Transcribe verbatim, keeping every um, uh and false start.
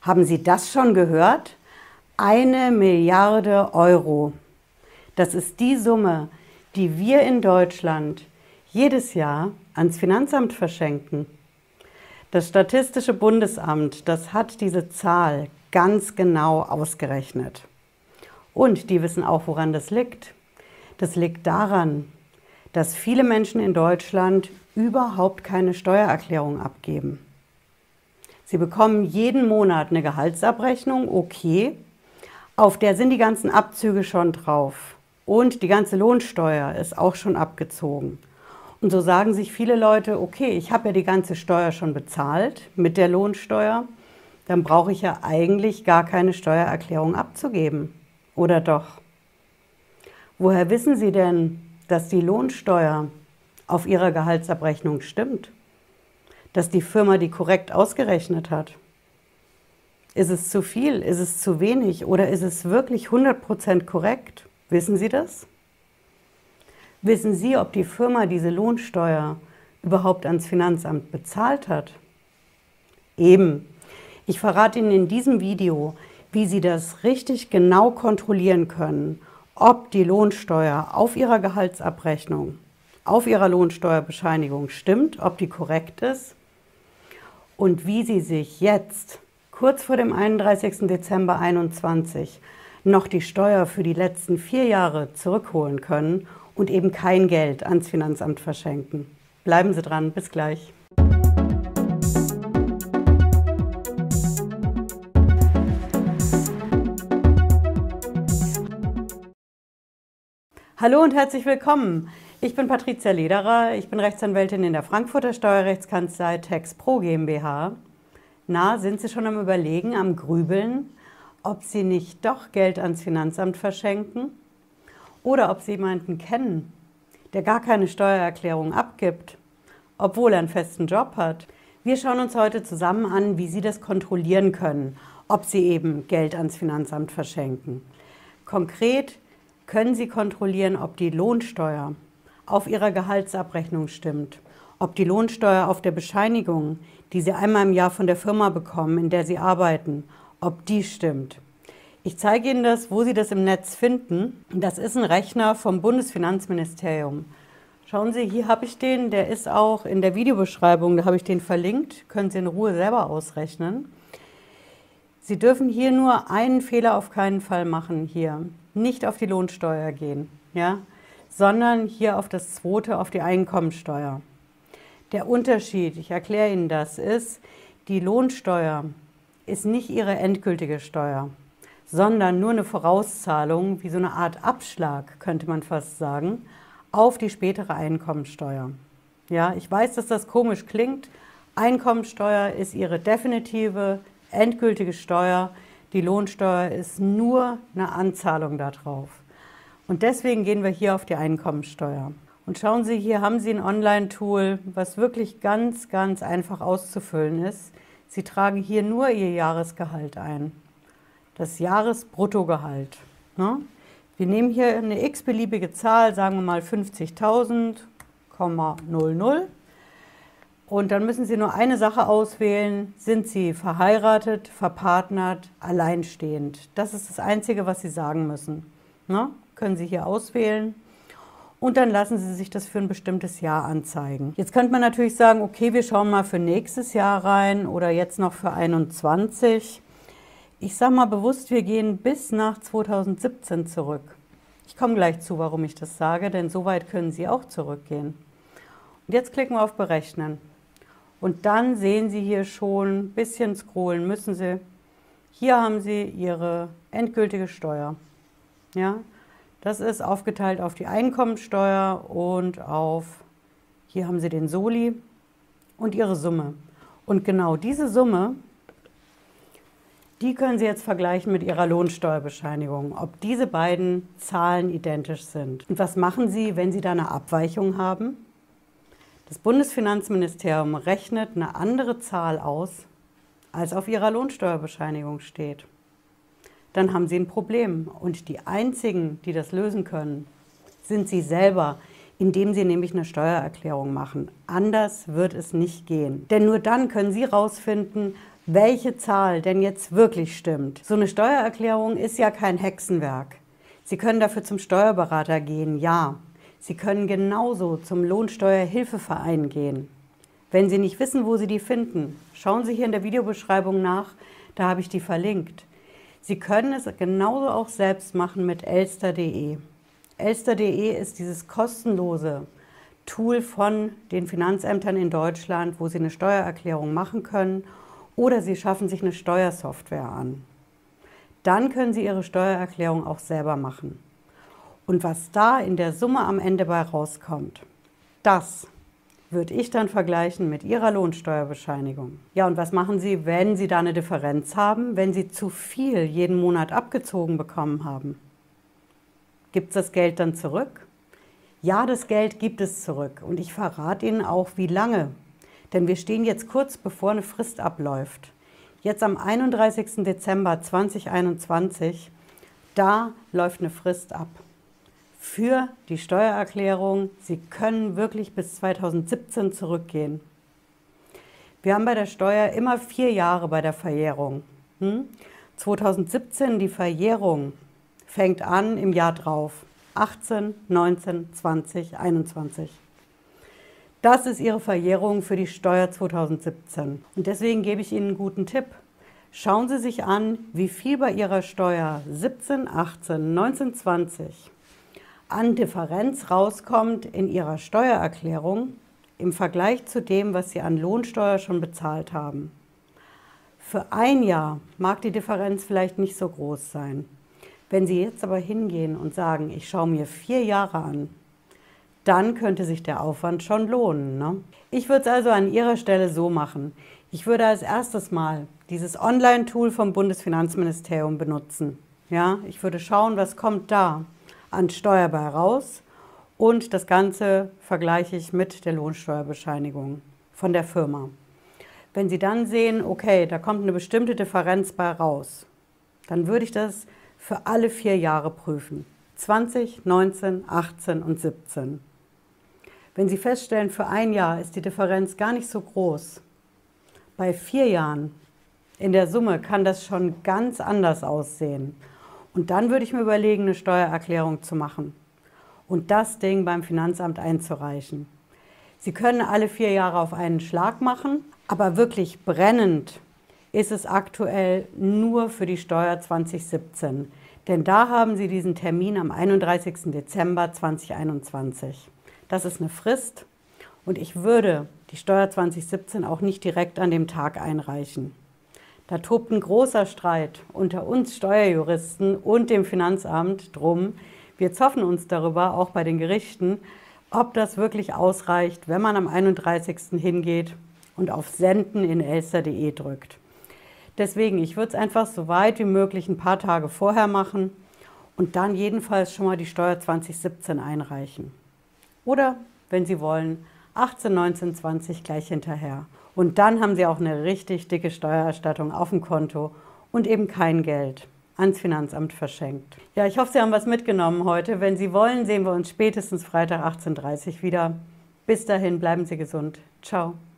Haben Sie das schon gehört? Eine Milliarde Euro. Das ist die Summe, die wir in Deutschland jedes Jahr ans Finanzamt verschenken. Das Statistische Bundesamt, das hat diese Zahl ganz genau ausgerechnet. Und die wissen auch, woran das liegt. Das liegt daran, dass viele Menschen in Deutschland überhaupt keine Steuererklärung abgeben. Sie bekommen jeden Monat eine Gehaltsabrechnung, okay, auf der sind die ganzen Abzüge schon drauf und die ganze Lohnsteuer ist auch schon abgezogen. Und so sagen sich viele Leute, okay, ich habe ja die ganze Steuer schon bezahlt mit der Lohnsteuer, dann brauche ich ja eigentlich gar keine Steuererklärung abzugeben. Oder doch? Woher wissen Sie denn, dass die Lohnsteuer auf Ihrer Gehaltsabrechnung stimmt? Dass die Firma die korrekt ausgerechnet hat? Ist es zu viel? Ist es zu wenig? Oder ist es wirklich hundert Prozent korrekt? Wissen Sie das? Wissen Sie, ob die Firma diese Lohnsteuer überhaupt ans Finanzamt bezahlt hat? Eben. Ich verrate Ihnen in diesem Video, wie Sie das richtig genau kontrollieren können, ob die Lohnsteuer auf Ihrer Gehaltsabrechnung, auf Ihrer Lohnsteuerbescheinigung stimmt, ob die korrekt ist und wie Sie sich jetzt, kurz vor dem einunddreißigsten Dezember zweitausendeinundzwanzig, noch die Steuer für die letzten vier Jahre zurückholen können und eben kein Geld ans Finanzamt verschenken. Bleiben Sie dran, bis gleich. Hallo und herzlich willkommen. Ich bin Patricia Lederer, ich bin Rechtsanwältin in der Frankfurter Steuerrechtskanzlei TaxPro GmbH. Na, sind Sie schon am Überlegen, am Grübeln, ob Sie nicht doch Geld ans Finanzamt verschenken? Oder ob Sie jemanden kennen, der gar keine Steuererklärung abgibt, obwohl er einen festen Job hat? Wir schauen uns heute zusammen an, wie Sie das kontrollieren können, ob Sie eben Geld ans Finanzamt verschenken. Konkret können Sie kontrollieren, ob die Lohnsteuer auf Ihrer Gehaltsabrechnung stimmt, ob die Lohnsteuer auf der Bescheinigung, die Sie einmal im Jahr von der Firma bekommen, in der Sie arbeiten, ob die stimmt. Ich zeige Ihnen das, wo Sie das im Netz finden. Das ist ein Rechner vom Bundesfinanzministerium. Schauen Sie, hier habe ich den, der ist auch in der Videobeschreibung, da habe ich den verlinkt, können Sie in Ruhe selber ausrechnen. Sie dürfen hier nur einen Fehler auf keinen Fall machen, hier. Nicht auf die Lohnsteuer gehen, ja, sondern hier auf das zweite, auf die Einkommensteuer. Der Unterschied, ich erkläre Ihnen das, ist, die Lohnsteuer ist nicht Ihre endgültige Steuer, sondern nur eine Vorauszahlung, wie so eine Art Abschlag, könnte man fast sagen, auf die spätere Einkommensteuer. Ja, ich weiß, dass das komisch klingt. Einkommensteuer ist Ihre definitive, endgültige Steuer. Die Lohnsteuer ist nur eine Anzahlung darauf. Und deswegen gehen wir hier auf die Einkommensteuer. Und schauen Sie, hier haben Sie ein Online-Tool, was wirklich ganz, ganz einfach auszufüllen ist. Sie tragen hier nur Ihr Jahresgehalt ein. Das Jahresbruttogehalt. Ne? Wir nehmen hier eine x-beliebige Zahl, sagen wir mal fünfzigtausend, null null. Und dann müssen Sie nur eine Sache auswählen. Sind Sie verheiratet, verpartnert, alleinstehend? Das ist das Einzige, was Sie sagen müssen. Ne? Können Sie hier auswählen. Und dann lassen Sie sich das für ein bestimmtes Jahr anzeigen. Jetzt könnte man natürlich sagen, okay, wir schauen mal für nächstes Jahr rein oder jetzt noch für einundzwanzig. Ich sage mal bewusst, wir gehen bis nach zweitausendsiebzehn zurück. Ich komme gleich zu, warum ich das sage, denn so weit können Sie auch zurückgehen. Und jetzt klicken wir auf Berechnen. Und dann sehen Sie hier schon, ein bisschen scrollen müssen Sie. Hier haben Sie Ihre endgültige Steuer. Ja, das ist aufgeteilt auf die Einkommensteuer und auf, hier haben Sie den Soli und Ihre Summe. Und genau diese Summe, die können Sie jetzt vergleichen mit Ihrer Lohnsteuerbescheinigung, ob diese beiden Zahlen identisch sind. Und was machen Sie, wenn Sie da eine Abweichung haben? Das Bundesfinanzministerium rechnet eine andere Zahl aus, als auf Ihrer Lohnsteuerbescheinigung steht. Dann haben Sie ein Problem. Und die einzigen, die das lösen können, sind Sie selber, indem Sie nämlich eine Steuererklärung machen. Anders wird es nicht gehen. Denn nur dann können Sie herausfinden, welche Zahl denn jetzt wirklich stimmt. So eine Steuererklärung ist ja kein Hexenwerk. Sie können dafür zum Steuerberater gehen, ja. Sie können genauso zum Lohnsteuerhilfeverein gehen. Wenn Sie nicht wissen, wo Sie die finden, schauen Sie hier in der Videobeschreibung nach, da habe ich die verlinkt. Sie können es genauso auch selbst machen mit elster punkt de. elster punkt de ist dieses kostenlose Tool von den Finanzämtern in Deutschland, wo Sie eine Steuererklärung machen können oder Sie schaffen sich eine Steuersoftware an. Dann können Sie Ihre Steuererklärung auch selber machen. Und was da in der Summe am Ende bei rauskommt, das würde ich dann vergleichen mit Ihrer Lohnsteuerbescheinigung. Ja, und was machen Sie, wenn Sie da eine Differenz haben, wenn Sie zu viel jeden Monat abgezogen bekommen haben? Gibt es das Geld dann zurück? Ja, das Geld gibt es zurück und ich verrate Ihnen auch, wie lange. Denn wir stehen jetzt kurz bevor eine Frist abläuft. Jetzt am einunddreißigsten Dezember zweitausendeinundzwanzig, da läuft eine Frist ab. Für die Steuererklärung, Sie können wirklich bis zweitausendsiebzehn zurückgehen. Wir haben bei der Steuer immer vier Jahre bei der Verjährung. Hm? zweitausendsiebzehn, die Verjährung fängt an im Jahr drauf. achtzehn, neunzehn, zwanzig, einundzwanzig. Das ist Ihre Verjährung für die Steuer zweitausendsiebzehn. Und deswegen gebe ich Ihnen einen guten Tipp. Schauen Sie sich an, wie viel bei Ihrer Steuer siebzehn, achtzehn, neunzehn, zwanzig an Differenz rauskommt in Ihrer Steuererklärung im Vergleich zu dem, was Sie an Lohnsteuer schon bezahlt haben. Für ein Jahr mag die Differenz vielleicht nicht so groß sein. Wenn Sie jetzt aber hingehen und sagen, ich schaue mir vier Jahre an, dann könnte sich der Aufwand schon lohnen, ne? Ich würde es also an Ihrer Stelle so machen. Ich würde als erstes mal dieses Online-Tool vom Bundesfinanzministerium benutzen. Ja, ich würde schauen, was kommt da an Steuer bei raus und das Ganze vergleiche ich mit der Lohnsteuerbescheinigung von der Firma. Wenn Sie dann sehen, okay, da kommt eine bestimmte Differenz bei raus, dann würde ich das für alle vier Jahre prüfen. zwanzig, neunzehn, achtzehn und siebzehn. Wenn Sie feststellen, für ein Jahr ist die Differenz gar nicht so groß, bei vier Jahren in der Summe kann das schon ganz anders aussehen. Und dann würde ich mir überlegen, eine Steuererklärung zu machen und das Ding beim Finanzamt einzureichen. Sie können alle vier Jahre auf einen Schlag machen, aber wirklich brennend ist es aktuell nur für die Steuer zweitausendsiebzehn. Denn da haben Sie diesen Termin am einunddreißigsten Dezember zweitausendeinundzwanzig. Das ist eine Frist und ich würde die Steuer zweitausendsiebzehn auch nicht direkt an dem Tag einreichen. Da tobt ein großer Streit unter uns Steuerjuristen und dem Finanzamt drum. Wir zoffen uns darüber, auch bei den Gerichten, ob das wirklich ausreicht, wenn man am einunddreißigsten hingeht und auf Senden in elster punkt de drückt. Deswegen, ich würde es einfach so weit wie möglich ein paar Tage vorher machen und dann jedenfalls schon mal die Steuer zweitausendsiebzehn einreichen. Oder, wenn Sie wollen, achtzehn, neunzehn, zwanzig gleich hinterher. Und dann haben Sie auch eine richtig dicke Steuererstattung auf dem Konto und eben kein Geld ans Finanzamt verschenkt. Ja, ich hoffe, Sie haben was mitgenommen heute. Wenn Sie wollen, sehen wir uns spätestens Freitag achtzehn Uhr dreißig wieder. Bis dahin, bleiben Sie gesund. Ciao.